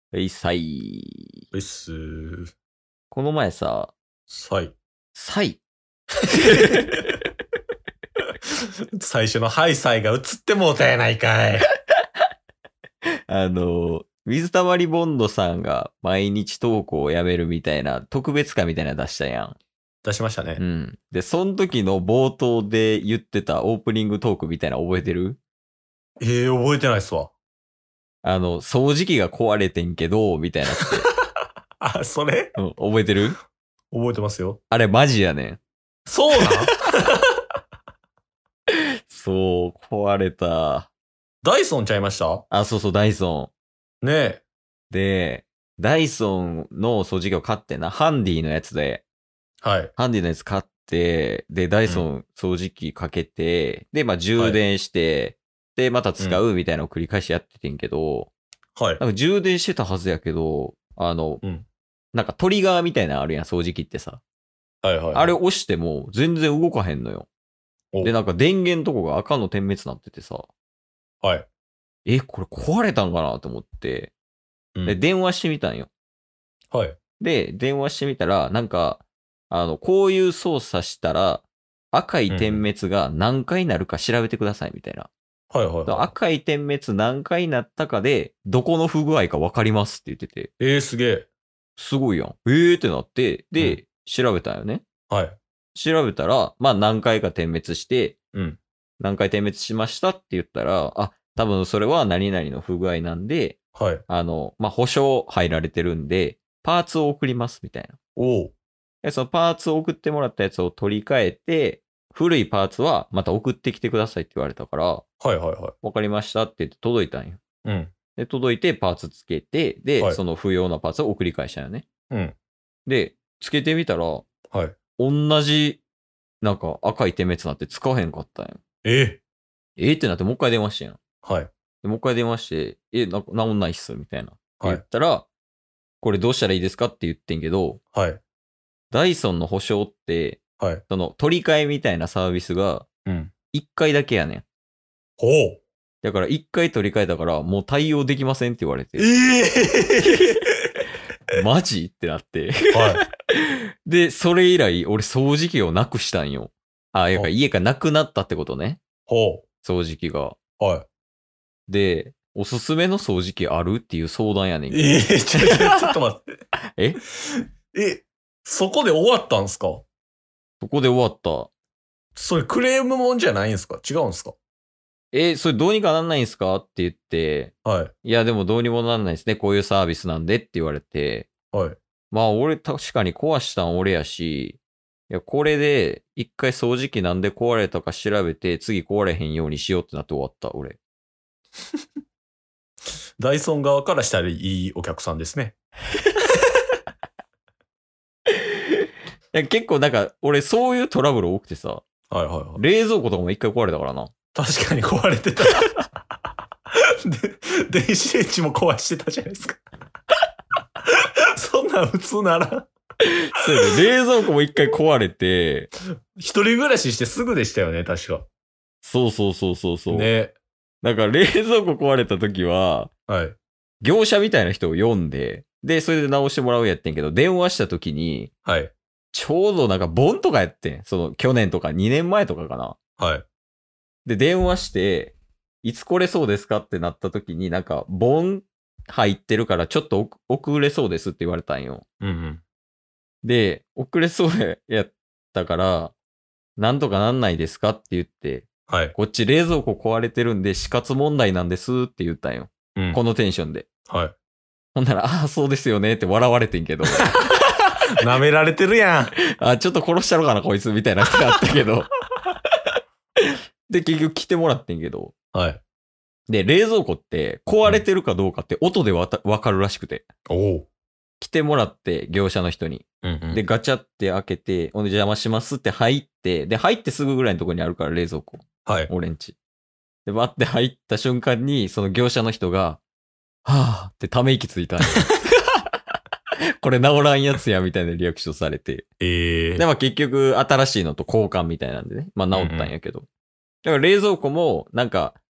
はい、さい。 うっすー。 この前さ、 はい。 サイ。 最初のハイサイが映ってもうたやないかい。 水溜りボンドさんが毎日投稿をやめるみたいな、特別会みたいなの出したやん。 出しましたね。 うん。で、その時の冒頭で言ってたオープニングトークみたいなの覚えてる？ 覚えてないっすわ。 掃除機が壊れてんけど、みたいなって。 あ、それうん、覚えてる？ 覚えてますよ。 あれマジやねん。 そうなんそう、壊れた。 ダイソンちゃいました？ あ、そうそう、ダイソねえ。 ン。で、ダイソンの掃除機を買ってな、ハンディのやつで、 はい。 ハンディのやつ買って、で、ダイうん。 ソン掃除機かけて、で、まあ、充はい。 電して、で、またうん。 使うみたいなのを繰り返しやっててんけど、 はい。 なんか充電してたはずやけど、 うん。 なんかトリガーみたいなのあるやん、掃除機ってさ。 はいはいはい。 あれ押しても全然動かへんのよ。で、 お。 なんか電源とこが赤の点滅なっててさ、 はい。 これ壊れたんかなと思って、で、 うん。 電話してみたんよ。 はい。 で、電話してみたら、なんか、こういう操作したら、赤い点うんうん。 滅が何回なるか調べてくださいみたいな。 はいはいは赤い点滅何回なったかで、どこの不具合か分かりますって言ってて、 い。すげえ。 すごいやん。ってなって、 うん。 で、調べたんよね。 はい。 調べたら、まあ何回か点滅して、 うん。 何回点滅しましたって言ったら、あ、多分それは何々の不具合なんで、 はい。 まあ保証入られてるんで、パーツを送りますみたいな。 おう。 で、そのパーツを送ってもらったやつを取り替えて、古いパーツはまた送ってきてくださいって言われたから、 はいはいはい。 わかりましたって言って届いたんよ。 うん。 で、届いてパーツつけて、で、 はい。 その不要なパーツを送り返したよね。 うん。 で、つけてみたら、 はい。 同じ、なんか赤い点滅なって使わへんかったんよ。 えってなってもう一回電話してんやん。 はい。 でもう一回電話して、治んないっす、みたいな。って言っはい。 たら、これどうしたらいいですかって言ってんけど、 はい。 ダイソンの保証って、 はい。 その取り替えみたいなサービスがうん。 一回だけやねん。 ほう。 だから一回取り替えたからもう対応できませんって言われて、 えマジってなって。 はい。 で、それ以来俺掃除機をなくしたんよ。あ、 は、 家がなくなったってことね。 ほ掃除機が。 う。はで、おすすめの掃除機あるっていう相談やねんい。 けど。 ちょっと待って。 えそこで終わったんすか？ そこで終わった。 それクレームもんじゃないんすか？違うんすか？ それどうにかなんないんすかって言って、 はい。 いやでもどうにもなんないですね。こういうサービスなんでって言われて、 はい。 まあ俺確かに壊したん俺やし、いやこれで一回掃除機なんで壊れたか調べて次壊れへんようにしようってなって終わった俺。 ダイソン側からしたらいいお客さんですね。 いや結構なんか俺そういうトラブル多くてさ、 はいはいはい。 冷蔵庫とかも一回壊れたからな。 確かに壊れてた。で、電子レンジも壊してたじゃないですか。そんなん普通なら。 そうやね。冷蔵庫も一回壊れて、 一人暮らししてすぐでしたよね、確か。 そうそうそうそうそう。 ね。 だから冷蔵庫壊れた時は、 はい。 業者みたいな人を呼んで、で、それで直してもらうやってんけど、電話した時に、 はい。 ちょうどなんかボンとかやってん。その去年とか2年前とかかな。 はい。 で、電話して、いつ来れそうですかってなった時に、なんか、ボン入ってるからちょっと遅れそうですって言われたんよ。 うんうん。 で、遅れそうやったから、なんとかなんないですかって言って、 はい。 こっち冷蔵庫壊れてるんで死活問題なんですって言ったんよ。 うん。 このテンションで。 はい。 ほんなら、ああ、そうですよねって笑われてんけど、 舐められてるやん。 あ、ちょっと殺したろかな、こいつ、みたいな人があったけど。で、結局来てもらってんけど。 はい。 で、冷蔵庫って壊れてるかどうかって音でわかるらしくて。 おお。 来てもらって、業者の人に。 うんうん。 で、ガチャって開けて、お邪魔しますって入って、で、入ってすぐぐらいのところにあるから、冷蔵庫。 はい。 俺んち。で、バッて入った瞬間に、その業者の人が、はぁってため息ついたんよ。これ治らんやつや、みたいなリアクションされて。で、まあ結局、新しいのと交換みたいなんでね。まあ治ったんやけど。だから冷蔵庫も、なんか、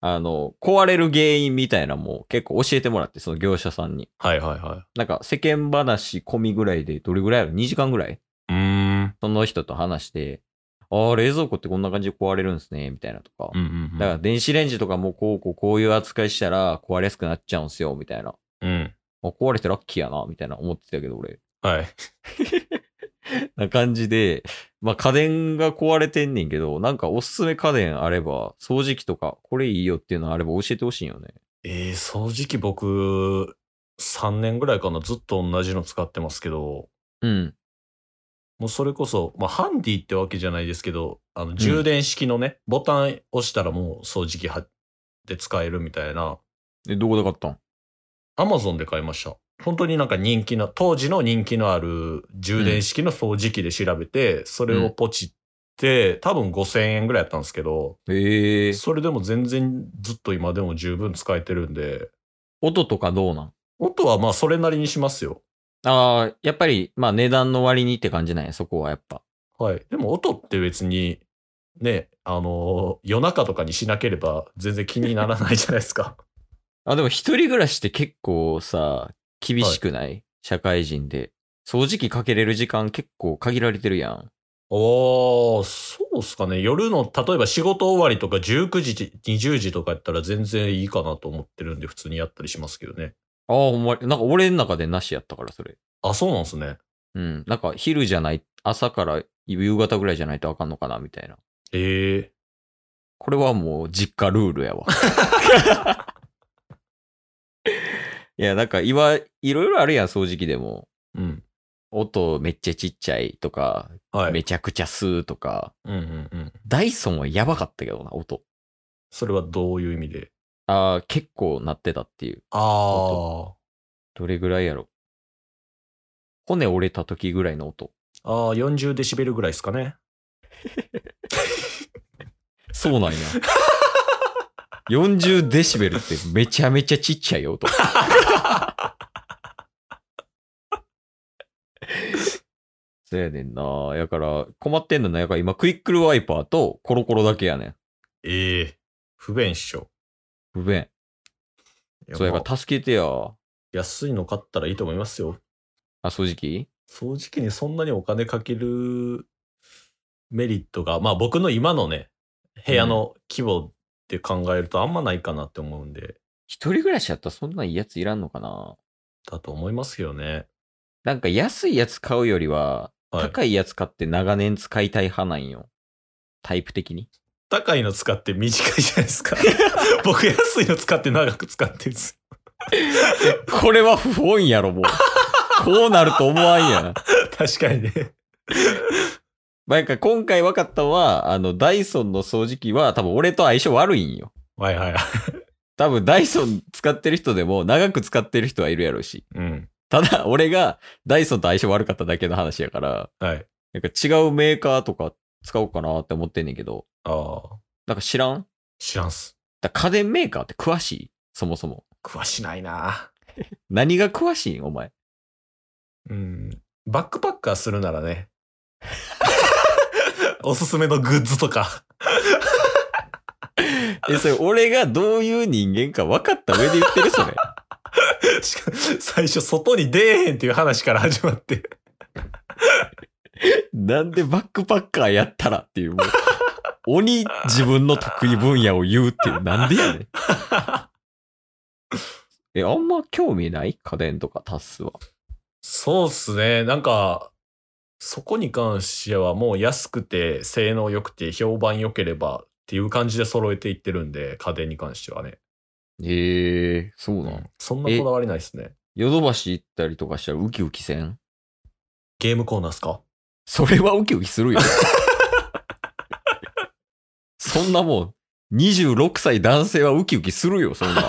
壊れる原因みたいなのも結構教えてもらって、その業者さんに。 はいはいはなんか世間話込みぐらいでどれぐらいある ?2 時間ぐらいい。 その人と話して、ああ、冷蔵庫ってこんな感じで壊れるんですね、みたいなとか。だから電子レンジとかもこういう扱いしたら壊れやすくなっちゃうんすよ、みたいな。 うん。 壊れてラッキーやな、みたいな思ってたけど、俺。 はい。 な感じで、まあ家電が壊れてんねんけど、なんかおすすめ家電あれば、掃除機とか、これいいよっていうのあれば教えてほしいよね。 掃除機僕、3年ぐらいかな、ずっと同じの使ってますけど、 うん。 もうそれこそ、まあ、ハンディってわけじゃないですけど、充電式のね、ボタン押したらもう掃除機で使えるみたいな、 どこで買ったん？ アマゾンで買いました。本当になんか当時の人気のある充電式の掃除機で調べて、それをポチって、多分5000円ぐらいやったんですけど、それでも全然ずっと今でも十分使えてるんで。 音とかどうなん？ 音はまあそれなりにしますよ。 ああ、やっぱり、まあ値段の割にって感じなんや、そこはやっぱ。 はい。でも音って別に、ね、夜中とかにしなければ全然気にならないじゃないですか。 あ、でも一人暮らしって結構さ、厳しくない？社会人で。掃除機かけれる時間結構限られてるやん。 そうっすかね。夜の、例えば仕事終わりとか19時、20時とかやったら全然いいかなと思ってるんで普通にやったりしますけどね。 ああ、ほんまに。なんか俺の中でなしやったから、それ。 あ、そうなんすね。 うん。なんか昼じゃない、朝から夕方ぐらいじゃないとあかんのかな、みたいな。これはもう実家ルールやわ。いや、なんか今、いろいろあるやん、掃除機でも。 うん。 音めっちゃちっちゃいとか、 はい。 めちゃくちゃ吸うとか。 うんうんうん。 ダイソンはやばかったけどな、音。 それはどういう意味で？ ああ、結構鳴ってたっていう。音。どれぐらいやろ。骨折れた時ぐらいの音。 40デシベルぐらいですかね。 そうなんや。40デシベルってめちゃめちゃちっちゃい音。そうやねんな。やから困ってんのな。やから今クイックルワイパーとコロコロだけやねん。 不便っしょ。 不便。そうやから助けてや。 安いの買ったらいいと思いますよ。 あ、掃除機？ 掃除機にそんなにお金かけるメリットが、まあ僕の今のね、部屋の規模って考えるとあんまないかなって思うんで。 一人暮らしやったらそんないいやついらんのかな？ だと思いますよね。 なんか安いやつ買うよりは、高いやつ買って長年使いたい派なんよ。タイプ的に。 高いの使って短いじゃないですか。僕安いの使って長く使ってるんですよ。これは不本やろ、もう。こうなると思わんやん。 確かにね。 なんか今回分かったのは、ダイソンの掃除機は多分俺と相性悪いんよ。 はいはい。 多分ダイソン使ってる人でも長く使ってる人はいるやろうし。 うん。 ただ、俺がダイソンと相性悪かっただけの話やから、 はい。 なんか違うメーカーとか使おうかなって思ってんねんけど。なんか知らんっす。 家電メーカーって詳しい？そもそも。 詳しないな。 何が詳しいんお前。 バックパッカーするならね。おすすめのグッズとか。 それ俺がどういう人間か分かった上で言ってるそれ。 最初外に出えへんっていう話から始まって。 なんでバックパッカーやったらっていう。もう鬼自分の得意分野を言うっていう。なんでやねん。あんま興味ない家電とかタスは。 そうっすね。なんか、そこに関してはもう安くて性能良くて評判良ければっていう感じで揃えていってるんで、家電に関してはね。 そうなん、 そんなこだわりないっすね。 ヨドバシ行ったりとかしたらウキウキせん？ ゲームコーナーっすか？ それはウキウキするよ。そんなもん、26歳男性はウキウキするよ、そんな。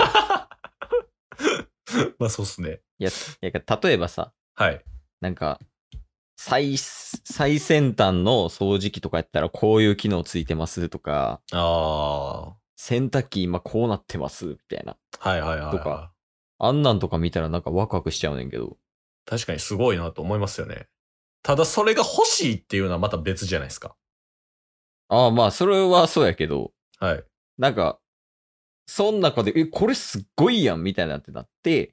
まあそうっすね。 いや、例えばさ、 はい。 なんか、最先端の掃除機とかやったらこういう機能ついてますとか、洗濯機今こうなってますみたいな。 はいはいはい。 とか、あんなんとか見たらなんかワクワクしちゃうねんけど。 確かにすごいなと思いますよね。ただそれが欲しいっていうのはまた別じゃないですか。 まあそれはそうやけど。 はい。 なんか、 その中で、これすっごいやんみたいなってなって、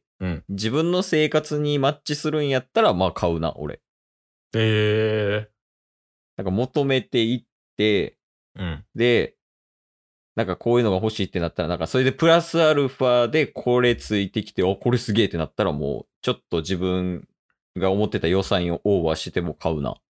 うん。 自分の生活にマッチするんやったら、まあ買うな、俺。なんか求めていって、 うん。 で、なんかこういうのが欲しいってなったら、なんかそれでプラスアルファでこれついてきて、これすげえってなったらもう、ちょっと自分が思ってた予算をオーバーしても買うな。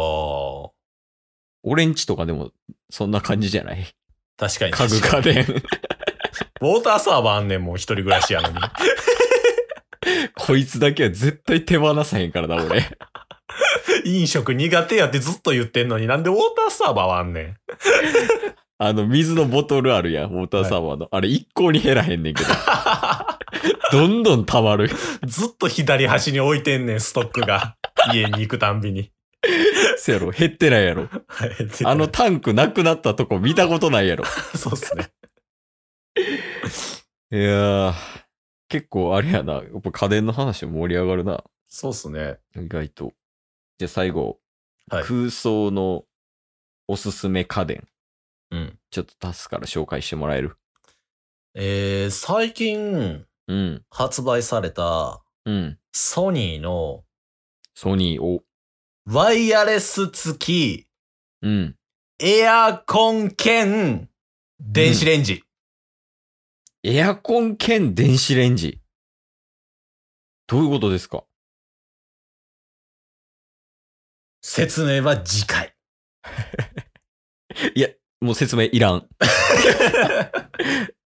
俺んちとかでもそんな感じじゃない？ 確かに。 家具家電。 ウォーターサーバーあんねん、もう一人暮らしやのに。 こいつだけは絶対手放さへんからな、俺。 飲食苦手やってずっと言ってんのになんでウォーターサーバーはあんねん。 水のボトルあるやん、ウォーターサーバーの。はい、あれ一向に減らへんねんけど。どんどん溜まる。 ずっと左端に置いてんねん、ストックが。家に行くたんびに。 せやろ、減ってないやろ。タンクなくなったとこ見たことないやろ。 そうっすね。 いやー、結構あれやな。やっぱ家電の話も盛り上がるな。 そうっすね。 意外と。じゃあ最後、 はい、 空想のおすすめ家電。 うん。 ちょっとタスから紹介してもらえる？ 最近、発売された、ソニーの、ワイヤレス付き、エアコン兼、電子レンジ。 エアコン兼電子レンジ。どういうことですか？ 説明は次回。 いや、もう説明いらん。